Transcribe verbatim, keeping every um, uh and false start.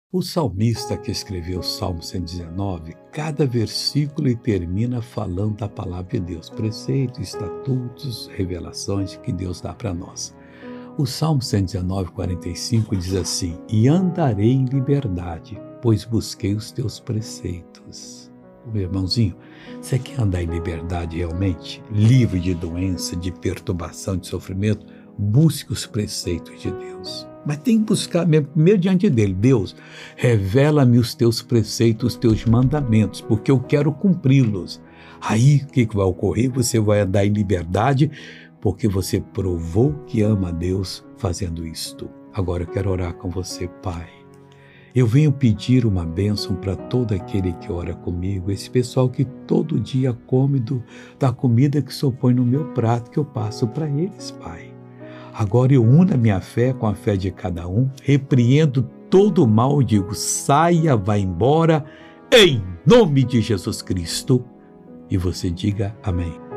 O salmista que escreveu o Salmo cento e dezenove, cada versículo ele termina falando da palavra de Deus, preceitos, estatutos, revelações que Deus dá para nós. O Salmo cento e dezenove, quarenta e cinco diz assim: e andarei em liberdade, pois busquei os teus preceitos. Meu irmãozinho, você quer andar em liberdade realmente? Livre de doença, de perturbação, de sofrimento? Busque os preceitos de Deus. Mas tem que buscar mesmo, primeiro diante dele. Deus, revela-me os teus preceitos, os teus mandamentos, porque eu quero cumpri-los. Aí o que, que vai ocorrer? Você vai andar em liberdade, porque você provou que ama a Deus fazendo isto. Agora eu quero orar com você, Pai. Eu venho pedir uma bênção para todo aquele que ora comigo, esse pessoal que todo dia come do, da comida que o Senhor põe no meu prato, que eu passo para eles, Pai. Agora eu uno a minha fé com a fé de cada um, repreendo todo o mal, digo, saia, vá embora, em nome de Jesus Cristo. E você diga amém.